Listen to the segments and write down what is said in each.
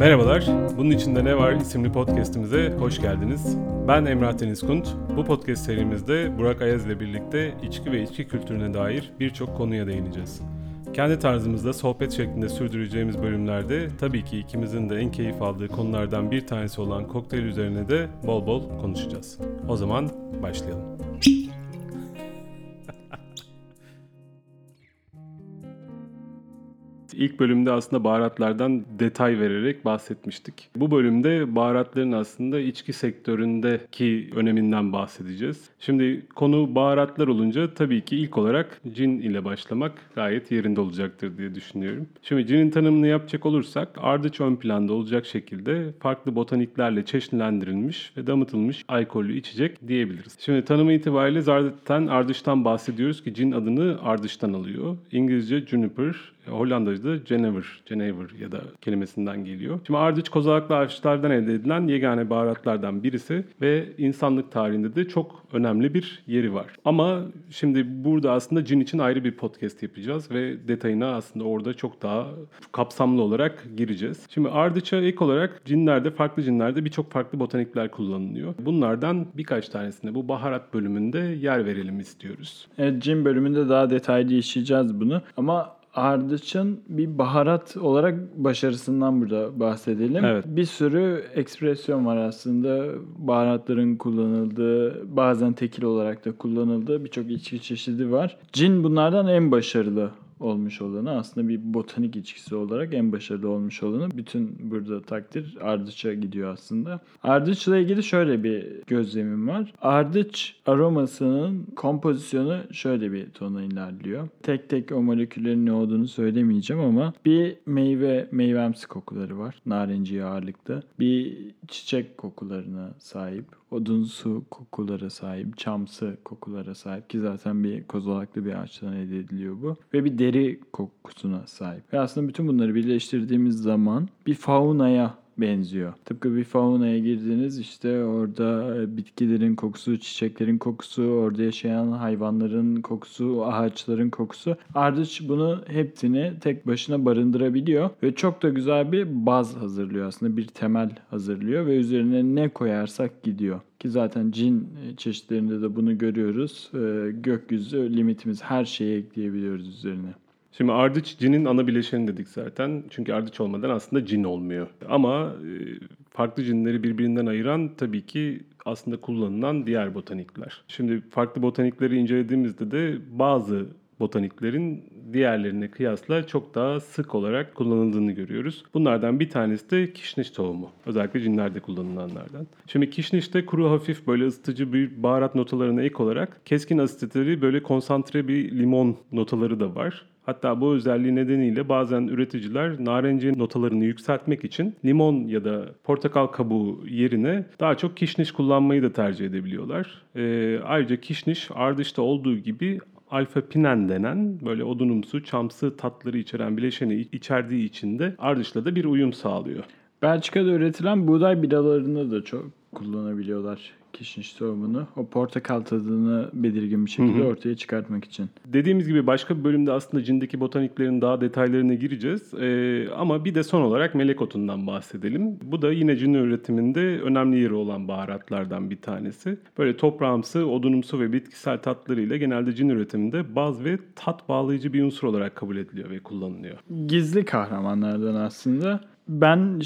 Merhabalar, Bunun İçinde Ne Var isimli podcastimize hoş geldiniz. Ben Emrah Denizkunt. Bu podcast serimizde Burak Ayaz ile birlikte içki ve içki kültürüne dair birçok konuya değineceğiz. Kendi tarzımızda sohbet şeklinde sürdüreceğimiz bölümlerde tabii ki ikimizin de en keyif aldığı konulardan bir tanesi olan kokteyl üzerine de bol bol konuşacağız. O zaman başlayalım. İlk bölümde aslında baharatlardan detay vererek bahsetmiştik. Bu bölümde baharatların aslında içki sektöründeki öneminden bahsedeceğiz. Şimdi konu baharatlar olunca tabii ki ilk olarak cin ile başlamak gayet yerinde olacaktır diye düşünüyorum. Şimdi cinin tanımını yapacak olursak ardıç ön planda olacak şekilde farklı botaniklerle çeşitlendirilmiş ve damıtılmış alkollü içecek diyebiliriz. Şimdi tanımı itibariyle zaten ardıçtan bahsediyoruz ki cin adını ardıştan alıyor. İngilizce juniper, Hollandaca'da Jenever ya da kelimesinden geliyor. Şimdi ardıç kozalaklı ağaçlardan elde edilen yegane baharatlardan birisi ve insanlık tarihinde de çok önemli bir yeri var. Ama şimdi burada aslında cin için ayrı bir podcast yapacağız ve detayına aslında orada çok daha kapsamlı olarak gireceğiz. Şimdi ardıça ek olarak farklı cinlerde birçok farklı botanikler kullanılıyor. Bunlardan birkaç tanesine bu baharat bölümünde yer verelim istiyoruz. Evet, cin bölümünde daha detaylı işleyeceğiz bunu ama ardıçın bir baharat olarak başarısından burada bahsedelim. Evet. Bir sürü ekspresyon var aslında. Baharatların kullanıldığı, bazen tekil olarak da kullanıldığı birçok içki çeşidi var. Cin bunlardan en başarılı olmuş olanı, aslında bir botanik içkisi olarak en başarılı olmuş olanı. Bütün burada takdir ardıça gidiyor aslında. Ardıçla ilgili şöyle bir gözlemim var. Ardıç aromasının kompozisyonu şöyle bir tona ilerliyor. Tek tek o moleküllerin ne olduğunu söylemeyeceğim ama bir meyvemsi kokuları var. Narenciye ağırlıkta. Bir çiçek kokularına sahip. Odunsu kokulara sahip, çamsı kokulara sahip ki zaten bir kozalaklı bir ağaçtan elde ediliyor bu. Ve bir deri kokusuna sahip. Ve aslında bütün bunları birleştirdiğimiz zaman bir faunaya benziyor. Tıpkı bir faunaya girdiniz, işte orada bitkilerin kokusu, çiçeklerin kokusu, orada yaşayan hayvanların kokusu, ağaçların kokusu. Ardıç bunu hepsini tek başına barındırabiliyor ve çok da güzel bir baz hazırlıyor aslında, bir temel hazırlıyor ve üzerine ne koyarsak gidiyor. Ki zaten cin çeşitlerinde de bunu görüyoruz. Gökyüzü limitimiz, her şeyi ekleyebiliyoruz üzerine. Şimdi ardıç cinin ana bileşeni dedik zaten. Çünkü ardıç olmadan aslında cin olmuyor. Ama farklı cinleri birbirinden ayıran tabii ki aslında kullanılan diğer botanikler. Şimdi farklı botanikleri incelediğimizde de bazı botaniklerin diğerlerine kıyasla çok daha sık olarak kullanıldığını görüyoruz. Bunlardan bir tanesi de kişniş tohumu. Özellikle cinlerde kullanılanlardan. Şimdi kişnişte kuru, hafif böyle ısıtıcı bir baharat notalarına ek olarak keskin asitleri böyle konsantre bir limon notaları da var. Hatta bu özelliği nedeniyle bazen üreticiler narenciye notalarını yükseltmek için limon ya da portakal kabuğu yerine daha çok kişniş kullanmayı da tercih edebiliyorlar. Ayrıca kişniş ardışta olduğu gibi alfa-pinen denen böyle odunumsu, çamsı tatları içeren bileşeni içerdiği için de ardışla da bir uyum sağlıyor. Belçika'da üretilen buğday biralarında da çok kullanabiliyorlar kişniş tohumunu. O portakal tadını belirgin bir şekilde ortaya çıkartmak için. Dediğimiz gibi başka bir bölümde aslında cindeki botaniklerin daha detaylarına gireceğiz. Ama bir de son olarak melek otundan bahsedelim. Bu da yine cin üretiminde önemli yeri olan baharatlardan bir tanesi. Böyle toprağımsı, odunumsu ve bitkisel tatlarıyla genelde cin üretiminde baz ve tat bağlayıcı bir unsur olarak kabul ediliyor ve kullanılıyor. Gizli kahramanlardan aslında. Ben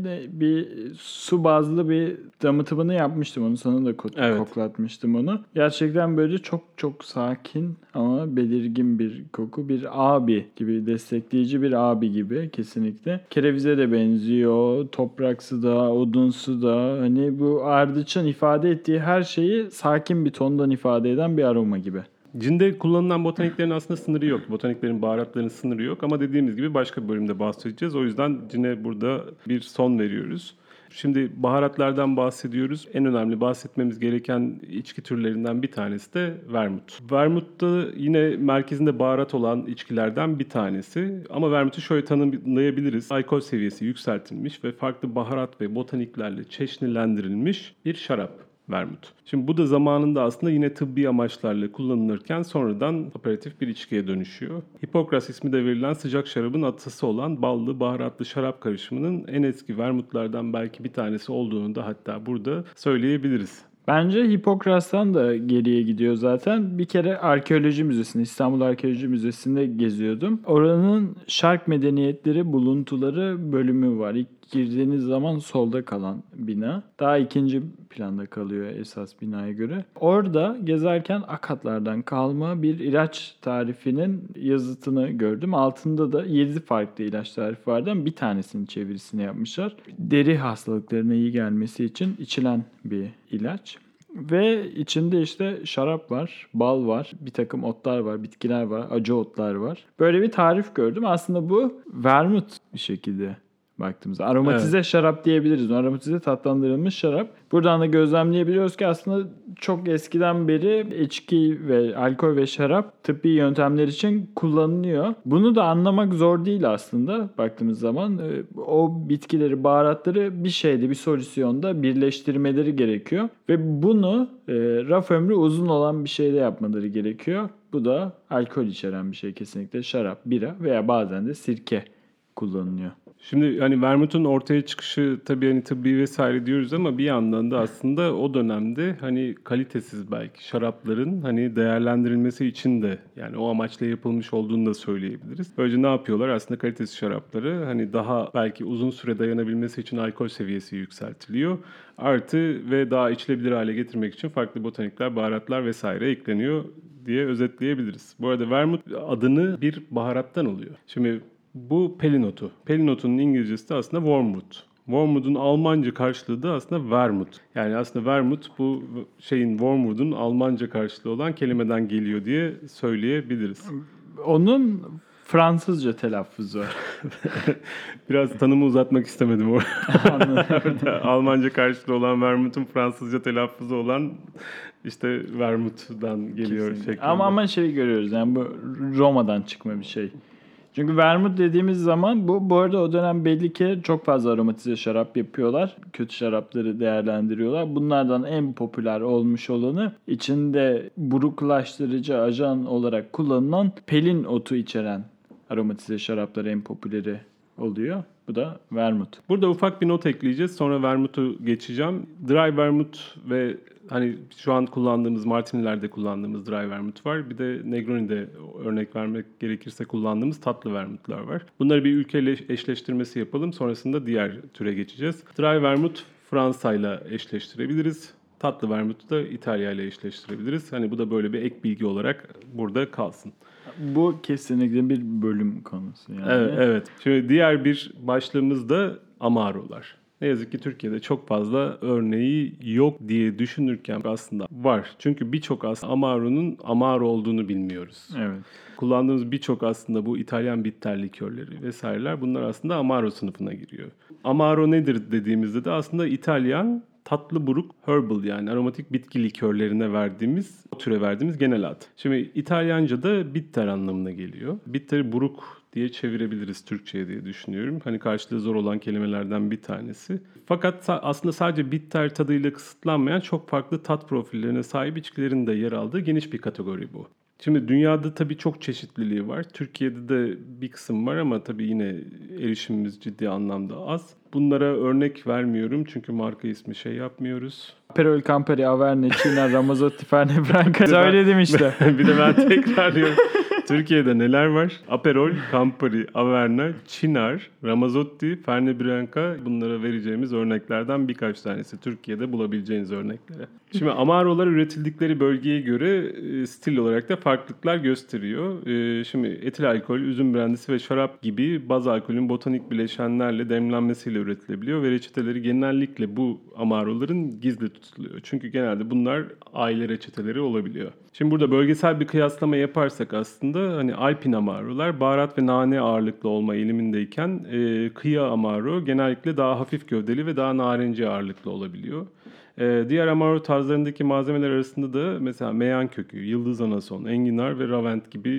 bir su bazlı bir damıtımını yapmıştım. Onu sana da koklatmıştım onu. Gerçekten böyle çok çok sakin ama belirgin bir koku. Bir abi gibi, destekleyici bir abi gibi kesinlikle. Kerevize de benziyor. Topraksı da, odunsu da. Hani bu ardıçın ifade ettiği her şeyi sakin bir tondan ifade eden bir aroma gibi. Cinde kullanılan botaniklerin aslında sınırı yok. Botaniklerin, baharatların sınırı yok ama dediğimiz gibi başka bir bölümde bahsedeceğiz. O yüzden cine burada bir son veriyoruz. Şimdi baharatlardan bahsediyoruz. En önemli bahsetmemiz gereken içki türlerinden bir tanesi de vermut. Vermut da yine merkezinde baharat olan içkilerden bir tanesi. Ama vermutu şöyle tanımlayabiliriz. Alkol seviyesi yükseltilmiş ve farklı baharat ve botaniklerle çeşnilendirilmiş bir şarap. vermut. Şimdi bu da zamanında aslında yine tıbbi amaçlarla kullanılırken sonradan aperatif bir içkiye dönüşüyor. Hipokras ismi de verilen sıcak şarabın atası olan ballı baharatlı şarap karışımının en eski vermutlardan belki bir tanesi olduğunu da hatta burada söyleyebiliriz. Bence Hipokras'tan da geriye gidiyor zaten. Bir kere Arkeoloji Müzesi'nde, İstanbul Arkeoloji Müzesi'nde geziyordum. Oranın Şark Medeniyetleri Buluntuları bölümü var. İlk girdiğiniz zaman solda kalan bina. Daha ikinci planda kalıyor esas binaya göre. Orada gezerken Akatlardan kalma bir ilaç tarifinin yazıtını gördüm. Altında da 7 farklı ilaç tarifi vardı. Bir tanesinin çevirisini yapmışlar. Deri hastalıklarına iyi gelmesi için içilen bir ilaç. Ve içinde işte şarap var, bal var, bir takım otlar var, bitkiler var, acı otlar var. Böyle bir tarif gördüm. Aslında bu vermut bir şekilde baktığımızda. Aromatize şarap diyebiliriz. Aromatize tatlandırılmış şarap. Buradan da gözlemleyebiliyoruz ki aslında çok eskiden beri içki ve alkol ve şarap tıbbi yöntemler için kullanılıyor. Bunu da anlamak zor değil aslında baktığımız zaman. O bitkileri, baharatları bir şeyde, bir solüsyonda birleştirmeleri gerekiyor. Ve bunu raf ömrü uzun olan bir şeyde yapmaları gerekiyor. Bu da alkol içeren bir şey kesinlikle. Şarap, bira veya bazen de sirke kullanılıyor. Şimdi hani vermutun ortaya çıkışı tabii hani tıbbi vesaire diyoruz ama bir yandan da aslında o dönemde hani kalitesiz belki şarapların hani değerlendirilmesi için de yani o amaçla yapılmış olduğunu da söyleyebiliriz. Böylece ne yapıyorlar? Aslında kalitesiz şarapları hani daha belki uzun süre dayanabilmesi için alkol seviyesi yükseltiliyor. Artı ve daha içilebilir hale getirmek için farklı botanikler, baharatlar vesaire ekleniyor diye özetleyebiliriz. Bu arada vermut adını bir baharattan alıyor. Şimdi bu pelin otu. Pelin otunun İngilizcesi de aslında wormwood. Wormwood'un Almanca karşılığı da aslında vermut. Yani aslında vermut bu wormwood'un Almanca karşılığı olan kelimeden geliyor diye söyleyebiliriz. Onun Fransızca telaffuzu var. Biraz tanımı uzatmak istemedim orada. Almanca karşılığı olan vermutun Fransızca telaffuzu olan işte vermut'dan geliyor şeklinde. Ama şey görüyoruz yani bu Roma'dan çıkma bir şey. Çünkü vermut dediğimiz zaman bu arada o dönem belli ki çok fazla aromatize şarap yapıyorlar. Kötü şarapları değerlendiriyorlar. Bunlardan en popüler olmuş olanı içinde buruklaştırıcı ajan olarak kullanılan pelin otu içeren aromatize şaraplar en popüleri oluyor. Bu da vermut. Burada ufak bir not ekleyeceğiz. Sonra vermut'u geçeceğim. Dry vermut ve hani şu an kullandığımız Martini'lerde kullandığımız dry vermut var. Bir de Negroni'de örnek vermek gerekirse kullandığımız tatlı vermutlar var. Bunları bir ülkeyle eşleştirmesi yapalım. Sonrasında diğer türe geçeceğiz. Dry vermut Fransa'yla eşleştirebiliriz. Tatlı vermutu da İtalya ile eşleştirebiliriz. Hani bu da böyle bir ek bilgi olarak burada kalsın. Bu kesinlikle bir bölüm konusu yani. Evet. Şimdi diğer bir başlığımız da Amaro'lar. Ne yazık ki Türkiye'de çok fazla örneği yok diye düşünürken aslında var. Çünkü birçok aslında Amaro'nun Amaro olduğunu bilmiyoruz. Evet. Kullandığımız birçok aslında bu İtalyan bitter likörleri vesaireler bunlar aslında Amaro sınıfına giriyor. Amaro nedir dediğimizde de aslında İtalyan tatlı buruk herbal yani aromatik bitki likörlerine verdiğimiz, o türe verdiğimiz genel ad. Şimdi İtalyanca'da bitter anlamına geliyor. Bitter buruk diye çevirebiliriz Türkçe'ye diye düşünüyorum. Hani karşılığı zor olan kelimelerden bir tanesi. Fakat aslında sadece bitter tadıyla kısıtlanmayan çok farklı tat profillerine sahip içkilerin de yer aldığı geniş bir kategori bu. Şimdi dünyada tabii çok çeşitliliği var. Türkiye'de de bir kısım var ama tabii yine erişimimiz ciddi anlamda az. Bunlara örnek vermiyorum çünkü marka ismi yapmıyoruz. Aperol, Campari, Averna, Cynar, Ramazzotti, Fernet Branca söyledim işte. Bir de ben tekrarlıyorum. Türkiye'de neler var? Aperol, Campari, Averna, Cynar, Ramazzotti, Fernet Branca bunlara vereceğimiz örneklerden birkaç tanesi. Türkiye'de bulabileceğiniz örneklere. Şimdi Amaro'lar üretildikleri bölgeye göre stil olarak da farklılıklar gösteriyor. Şimdi etil alkol, üzüm brandisi ve şarap gibi baz alkolün botanik bileşenlerle demlenmesiyle üretilebiliyor ve reçeteleri genellikle bu Amaro'ların gizli tutuluyor. Çünkü genelde bunlar aile reçeteleri olabiliyor. Şimdi burada bölgesel bir kıyaslama yaparsak aslında hani Alpin Amaro'lar baharat ve nane ağırlıklı olma eğilimindeyken kıyı Amaro genellikle daha hafif gövdeli ve daha narenci ağırlıklı olabiliyor. Diğer Amaro tarzlarındaki malzemeler arasında da mesela meyan kökü, yıldız anason, enginar ve ravent gibi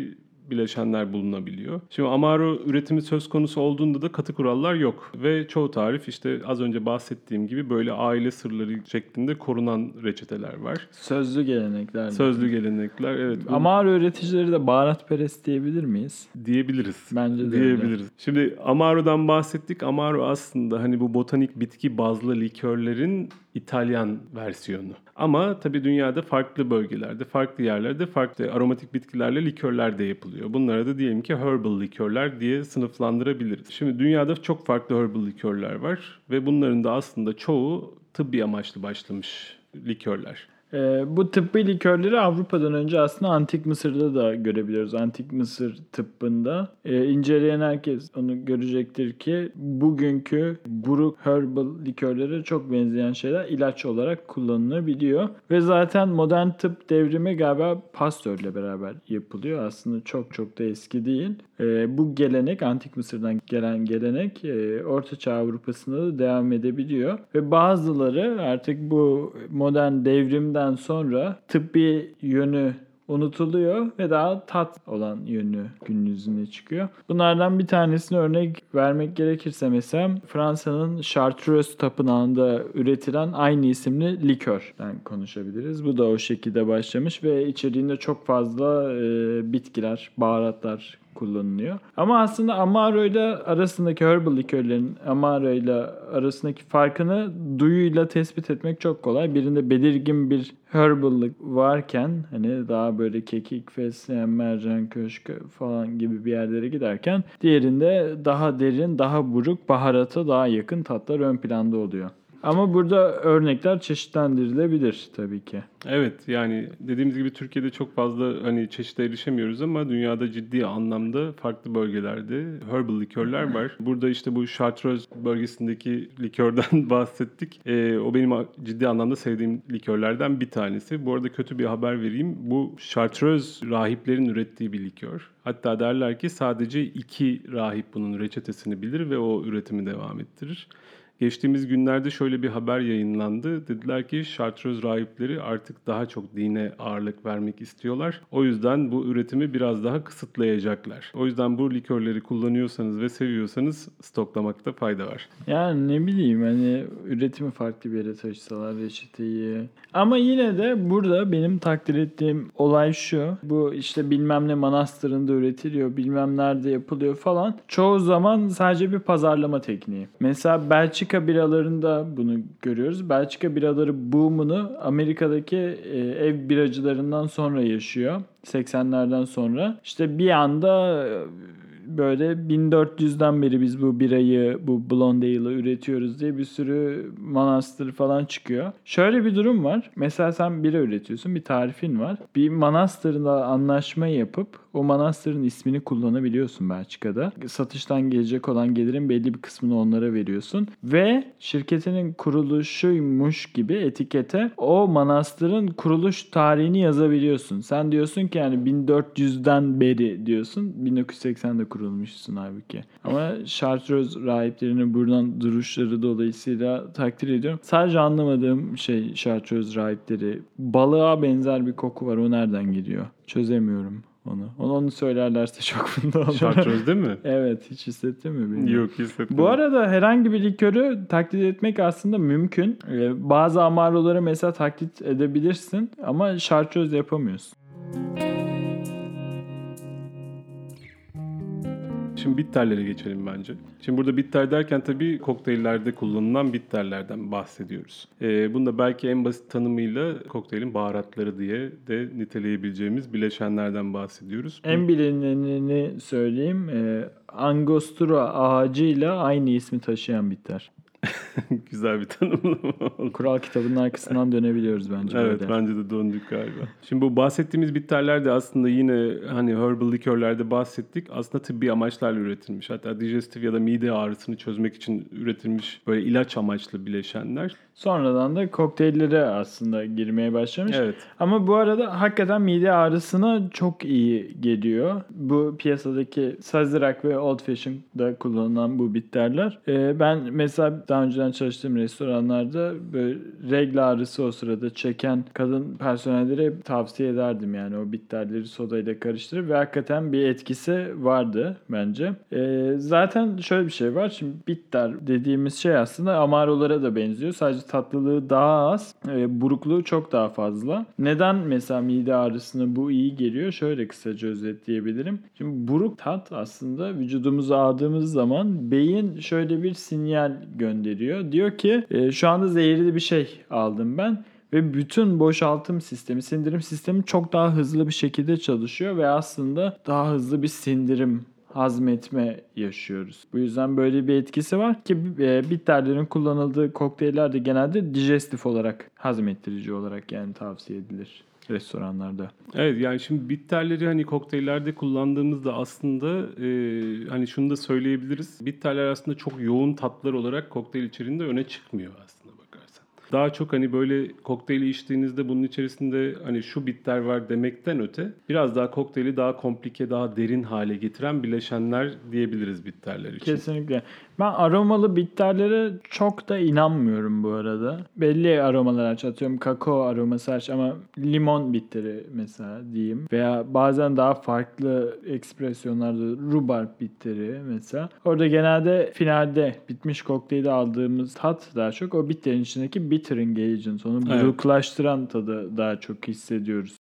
bileşenler bulunabiliyor. Şimdi Amaro üretimi söz konusu olduğunda da katı kurallar yok ve çoğu tarif işte az önce bahsettiğim gibi böyle aile sırları şeklinde korunan reçeteler var. Sözlü gelenekler. Sözlü gelenekler, evet. Amaro üreticileri de baharatperest diyebilir miyiz? Diyebiliriz. Bence de diyebiliriz. öyle. Şimdi Amaro'dan bahsettik. Amaro aslında hani bu botanik bitki bazlı likörlerin İtalyan versiyonu. Ama tabii dünyada farklı bölgelerde, farklı yerlerde farklı aromatik bitkilerle likörler de yapılıyor. Bunlara da diyelim ki herbal likörler diye sınıflandırabiliriz. Şimdi dünyada çok farklı herbal likörler var ve bunların da aslında çoğu tıbbi amaçlı başlamış likörler. Bu tıbbi likörleri Avrupa'dan önce aslında Antik Mısır'da da görebiliyoruz. Antik Mısır tıbbında inceleyen herkes onu görecektir ki bugünkü buruk herbal likörlere çok benzeyen şeyler ilaç olarak kullanılabiliyor. Ve zaten modern tıp devrimi galiba Pasteur'le beraber yapılıyor. Aslında çok çok da eski değil. Bu gelenek, Antik Mısır'dan gelen gelenek Orta Çağ Avrupa'sında da devam edebiliyor. Ve bazıları artık bu modern devrimden sonra tıbbi yönü unutuluyor ve daha tat olan yönü gün yüzüne çıkıyor. Bunlardan bir tanesini örnek vermek gerekirse mesela Fransa'nın Chartreuse Tapınağı'nda üretilen aynı isimli likörden konuşabiliriz. Bu da o şekilde başlamış ve içeriğinde çok fazla bitkiler, baharatlar kullanılıyor. Ama aslında Amaro ile arasındaki herbal likörlerin Amaro ile arasındaki farkını duyuyla tespit etmek çok kolay. Birinde belirgin bir herballık varken hani daha böyle kekik, fesleğen, mercan, köşkü falan gibi bir yerlere giderken diğerinde daha derin, daha buruk, baharata daha yakın tatlar ön planda oluyor. Ama burada örnekler çeşitlendirilebilir tabii ki. Evet, yani dediğimiz gibi Türkiye'de çok fazla hani çeşite erişemiyoruz ama dünyada ciddi anlamda farklı bölgelerde herbal likörler var. Burada işte bu Chartreuse bölgesindeki likörden bahsettik. O benim ciddi anlamda sevdiğim likörlerden bir tanesi. Bu arada kötü bir haber vereyim. Bu Chartreuse rahiplerin ürettiği bir likör. Hatta derler ki sadece 2 rahip bunun reçetesini bilir ve o üretimi devam ettirir. Geçtiğimiz günlerde şöyle bir haber yayınlandı. Dediler ki Chartreuse rahipleri artık daha çok dine ağırlık vermek istiyorlar. O yüzden bu üretimi biraz daha kısıtlayacaklar. O yüzden bu likörleri kullanıyorsanız ve seviyorsanız stoklamakta fayda var. Yani ne bileyim hani üretimi farklı bir yere taşısalar reçeteyi. Ama yine de burada benim takdir ettiğim olay şu. Bu işte bilmem ne manastırında üretiliyor, bilmem nerede yapılıyor falan. Çoğu zaman sadece bir pazarlama tekniği. Mesela Belçika biralarında bunu görüyoruz. Belçika biraları boom'unu Amerika'daki ev biracılarından sonra yaşıyor. 80'lerden sonra. İşte bir anda böyle 1400'den beri biz bu birayı, bu blonde ale'ı üretiyoruz diye bir sürü manastır falan çıkıyor. Şöyle bir durum var. Mesela sen bira üretiyorsun, bir tarifin var. Bir manastırla anlaşma yapıp o manastırın ismini kullanabiliyorsun Belçika'da. Satıştan gelecek olan gelirin belli bir kısmını onlara veriyorsun. Ve şirketinin kuruluşuymuş gibi etikete o manastırın kuruluş tarihini yazabiliyorsun. Sen diyorsun ki yani 1400'den beri diyorsun. 1980'de kurulmuşsun halbuki. Ama Chartreuse rahiplerinin buradan duruşları dolayısıyla takdir ediyorum. Sadece anlamadığım şey Chartreuse rahipleri. Balığa benzer bir koku var. O nereden geliyor? Çözemiyorum onu. Onu söylerlerse çok mutlu olurum. Chartreuse değil mi? Evet. Hiç hissettin mi? Bilmiyorum. Yok, hissetmedim. Bu arada herhangi bir likörü taklit etmek aslında mümkün. Bazı amaroları mesela taklit edebilirsin ama Chartreuse yapamıyorsun. Şimdi bitterlere geçelim bence. Şimdi burada bitter derken tabii kokteyllerde kullanılan bitterlerden bahsediyoruz. Bunda belki en basit tanımıyla kokteylin baharatları diye de niteleyebileceğimiz bileşenlerden bahsediyoruz. En bilinenini söyleyeyim. Angostura ağacıyla aynı ismi taşıyan bitter. Güzel bir tanımlama oldu. Kural kitabının arkasından dönebiliyoruz bence. Evet, böyle. bence de döndük galiba. Şimdi bu bahsettiğimiz bitterler de aslında yine hani herbal likörlerde bahsettik. Aslında tıbbi amaçlarla üretilmiş. Hatta digestif ya da mide ağrısını çözmek için üretilmiş böyle ilaç amaçlı bileşenler. Sonradan da kokteyllere aslında girmeye başlamış. Evet. Ama bu arada hakikaten mide ağrısına çok iyi geliyor. Bu piyasadaki Sazerac ve Old Fashioned'da kullanılan bu bitterler. Ben mesela daha önceden çalıştığım restoranlarda böyle regl ağrısı o sırada çeken kadın personellere hep tavsiye ederdim yani o bitterleri sodayla karıştırıp ve hakikaten bir etkisi vardı bence. Zaten şöyle bir şey var. Şimdi bitter dediğimiz şey aslında amarolara da benziyor. Sadece tatlılığı daha az, burukluğu çok daha fazla. Neden mesela mide ağrısına bu iyi geliyor? Şöyle kısaca özetleyebilirim. Şimdi buruk tat aslında vücudumuza aldığımız zaman beyin şöyle bir sinyal gönderiyor. Diyor ki şu anda zehirli bir şey aldım ben. Ve bütün boşaltım sistemi, sindirim sistemi çok daha hızlı bir şekilde çalışıyor ve aslında daha hızlı bir sindirim, hazmetme yaşıyoruz. Bu yüzden böyle bir etkisi var ki bitterlerin kullanıldığı kokteyller de genelde digestif olarak, hazmettirici olarak yani tavsiye edilir restoranlarda. Evet, yani şimdi bitterleri hani kokteyllerde kullandığımızda aslında hani şunu da söyleyebiliriz. Bitterler aslında çok yoğun tatlar olarak kokteyl içerisinde öne çıkmıyor aslında bakarsan. Daha çok hani böyle kokteyli içtiğinizde bunun içerisinde hani şu bitter var demekten öte biraz daha kokteyli daha komplike, daha derin hale getiren bileşenler diyebiliriz bitterler için. Kesinlikle. Ben aromalı bitterlere çok da inanmıyorum bu arada. Belli aromalar aç, atıyorum kakao aroması aç ama limon bitteri mesela diyeyim. Veya bazen daha farklı ekspresyonlarda rhubarb bitteri mesela. Orada genelde finalde bitmiş kokteyli aldığımız tat daha çok o bitterin içindeki bittering agent. Onu Evet. buruklaştıran tadı daha çok hissediyoruz.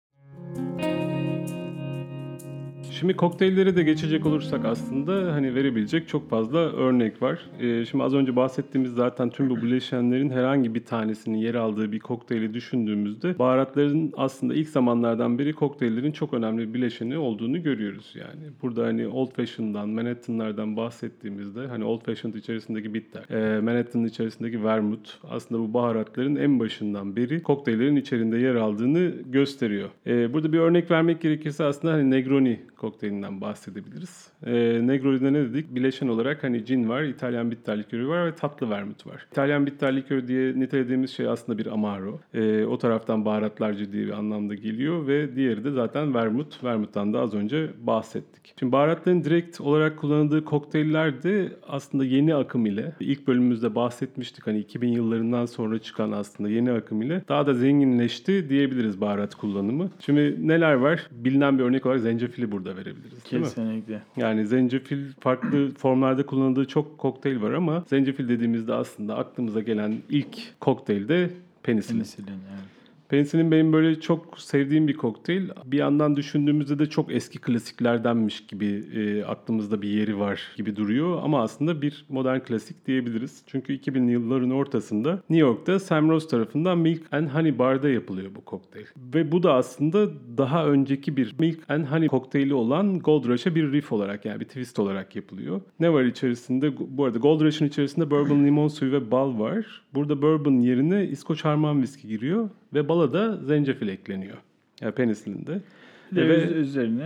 Şimdi kokteyllere de geçecek olursak aslında hani verebilecek çok fazla örnek var. Şimdi az önce bahsettiğimiz zaten tüm bu bileşenlerin herhangi bir tanesinin yer aldığı bir kokteyli düşündüğümüzde baharatların aslında ilk zamanlardan beri kokteyllerin çok önemli bir bileşeni olduğunu görüyoruz yani. Burada hani Old Fashioned'dan, Manhattan'lardan bahsettiğimizde hani Old Fashioned içerisindeki bitter, Manhattan'ın içerisindeki vermouth aslında bu baharatların en başından beri kokteyllerin içerisinde yer aldığını gösteriyor. Burada bir örnek vermek gerekirse aslında hani Negroni kokteylinden bahsedebiliriz. Negroni'de ne dedik? Bileşen olarak hani gin var, İtalyan bitter likörü var ve tatlı vermut var. İtalyan bitter likörü diye nitelediğimiz şey aslında bir amaro. O taraftan baharatlarcı diye bir anlamda geliyor ve diğeri de zaten vermut. Vermut'tan da az önce bahsettik. Şimdi baharatların direkt olarak kullanıldığı kokteyller de aslında yeni akım ile ilk bölümümüzde bahsetmiştik. Hani 2000 yıllarından sonra çıkan aslında yeni akım ile daha da zenginleşti diyebiliriz baharat kullanımı. Şimdi neler var? Bilinen bir örnek olarak zencefili burada verebiliriz. Kesinlikle. Yani zencefil farklı formlarda kullanıldığı çok kokteyl var ama zencefil dediğimizde aslında aklımıza gelen ilk kokteyl de penisilin. Penisilin, evet. Penisilin benim böyle çok sevdiğim bir kokteyl. Bir yandan düşündüğümüzde de çok eski klasiklerdenmiş gibi aklımızda bir yeri var gibi duruyor. Ama aslında bir modern klasik diyebiliriz. Çünkü 2000'li yılların ortasında New York'ta Sam Rose tarafından Milk and Honey Bar'da yapılıyor bu kokteyl. Ve bu da aslında daha önceki bir Milk and Honey kokteyli olan Gold Rush'a bir riff olarak yani bir twist olarak yapılıyor. Ne var içerisinde? Bu arada Gold Rush'ın içerisinde bourbon, limon suyu ve bal var. Burada bourbon yerine İskoç harman viski giriyor. Ve bala da zencefil ekleniyor. Yani penisilinde. Ve üzerine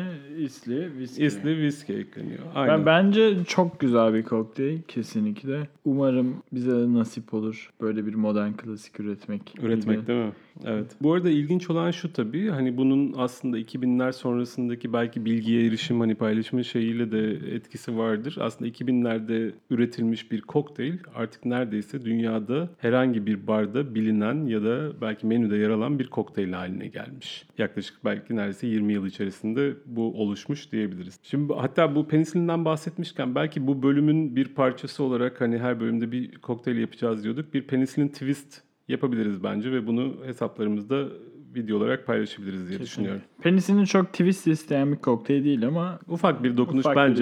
isli viski ekleniyor. Aynen. Bence çok güzel bir kokteyl kesinlikle. Umarım bize nasip olur böyle bir modern klasik üretmek. Değil mi? Evet. Bu arada ilginç olan şu tabii hani bunun aslında 2000'ler sonrasındaki belki bilgiye erişim hani paylaşımı şeyiyle de etkisi vardır. Aslında 2000'lerde üretilmiş bir kokteyl artık neredeyse dünyada herhangi bir barda bilinen ya da belki menüde yer alan bir kokteyl haline gelmiş. Yaklaşık belki neredeyse 20 yıl içerisinde bu oluşmuş diyebiliriz. Şimdi hatta bu penisilinden bahsetmişken belki bu bölümün bir parçası olarak hani her bölümde bir kokteyl yapacağız diyorduk. Bir penisilin twist yapabiliriz bence ve bunu hesaplarımızda video olarak paylaşabiliriz diye düşünüyorum. Penisinin çok twist isteyen bir kokteyl değil ama ufak bir dokunuş bence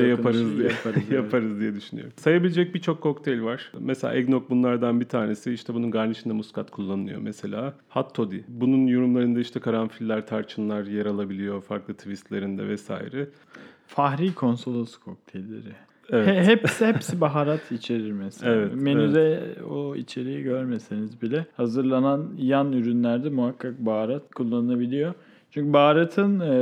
yaparız diye düşünüyorum. Sayabilecek birçok kokteyl var. Mesela eggnog bunlardan bir tanesi. İşte bunun garnişinde muskat kullanılıyor mesela. Hot toddy. Bunun yorumlarında işte karanfiller, tarçınlar yer alabiliyor farklı twistlerinde vesaire. Fahri konsolos kokteylleri. Evet. Hepsi baharat içerir mesela. Evet, menüde o içeriği görmeseniz bile hazırlanan yan ürünlerde muhakkak baharat kullanılabiliyor. Çünkü baharatın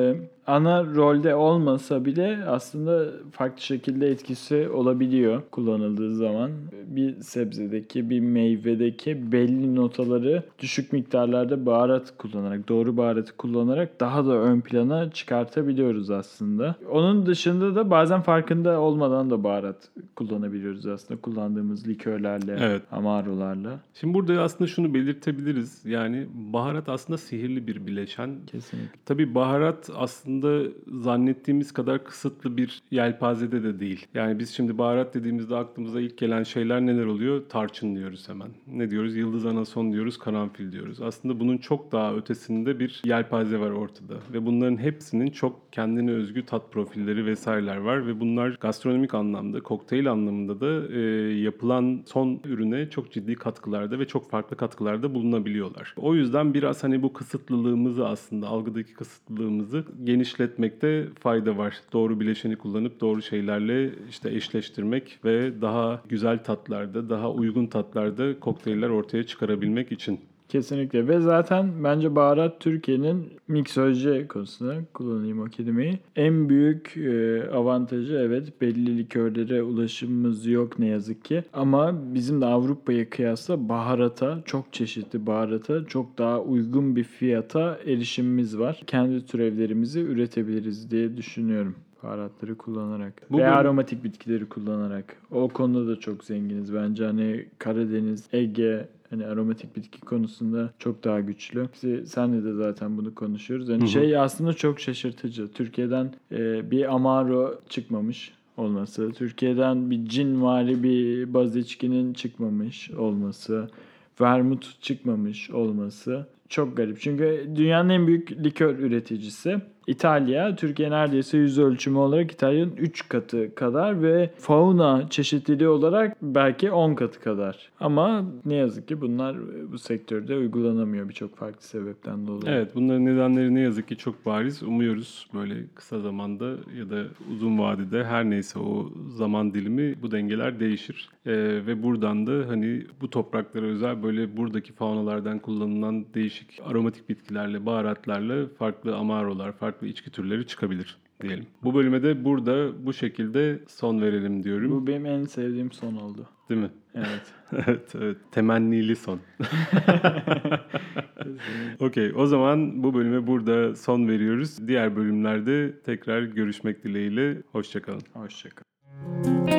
ana rolde olmasa bile aslında farklı şekilde etkisi olabiliyor kullanıldığı zaman. Bir sebzedeki, bir meyvedeki belli notaları düşük miktarlarda baharat kullanarak, doğru baharatı kullanarak daha da ön plana çıkartabiliyoruz aslında. Onun dışında da bazen farkında olmadan da baharat kullanabiliyoruz aslında kullandığımız likörlerle, Evet. amarolarla. Şimdi burada aslında şunu belirtebiliriz. Yani baharat aslında sihirli bir bileşen. Kesinlikle. Tabii baharat aslında zannettiğimiz kadar kısıtlı bir yelpazede de değil. Yani biz şimdi baharat dediğimizde aklımıza ilk gelen şeyler neler oluyor? Tarçın diyoruz hemen. Ne diyoruz? Yıldız anason diyoruz, karanfil diyoruz. Aslında bunun çok daha ötesinde bir yelpaze var ortada. Ve bunların hepsinin çok kendine özgü tat profilleri vesaireler var. Ve bunlar gastronomik anlamda, kokteyl anlamında da yapılan son ürüne çok ciddi katkılarda ve çok farklı katkılarda bulunabiliyorlar. O yüzden biraz hani bu kısıtlılığımızı aslında algıdaki kısıtlılığımızı genişletmekte fayda var. Doğru bileşeni kullanıp doğru şeylerle işte eşleştirmek ve daha güzel tatlarda, daha uygun tatlarda kokteyller ortaya çıkarabilmek için. Kesinlikle ve zaten bence baharat Türkiye'nin miksoloji konusunda kullanayım o kelimeyi. En büyük avantajı evet belli likörlere ulaşımımız yok ne yazık ki. Ama bizim de Avrupa'ya kıyasla baharata, çok çeşitli baharata çok daha uygun bir fiyata erişimimiz var. Kendi türevlerimizi üretebiliriz diye düşünüyorum. Baharatları kullanarak veya aromatik bitkileri kullanarak. O konuda da çok zenginiz bence. Hani Karadeniz, Ege hani aromatik bitki konusunda çok daha güçlü. Senle de zaten bunu konuşuyoruz. Yani şey aslında çok şaşırtıcı. Türkiye'den bir amaro çıkmamış olması, Türkiye'den bir cinvari bir baz içkinin çıkmamış olması, vermut çıkmamış olması çok garip. Çünkü dünyanın en büyük likör üreticisi İtalya. Türkiye neredeyse yüz ölçümü olarak İtalya'nın 3 katı kadar ve fauna çeşitliliği olarak belki 10 katı kadar. Ama ne yazık ki bunlar bu sektörde uygulanamıyor birçok farklı sebepten dolayı. Evet, bunların nedenleri ne yazık ki çok bariz. Umuyoruz böyle kısa zamanda ya da uzun vadede her neyse o zaman dilimi bu dengeler değişir. Ve buradan da hani bu topraklara özel böyle buradaki faunalardan kullanılan değişik aromatik bitkilerle, baharatlarla farklı amarolar, farklı içki türleri çıkabilir diyelim. Bu bölüme de burada bu şekilde son verelim diyorum. Bu benim en sevdiğim son oldu. Değil mi? Evet. Evet. Temennili son. Okey. O zaman bu bölüme burada son veriyoruz. Diğer bölümlerde tekrar görüşmek dileğiyle. Hoşça kalın. Hoşçakalın.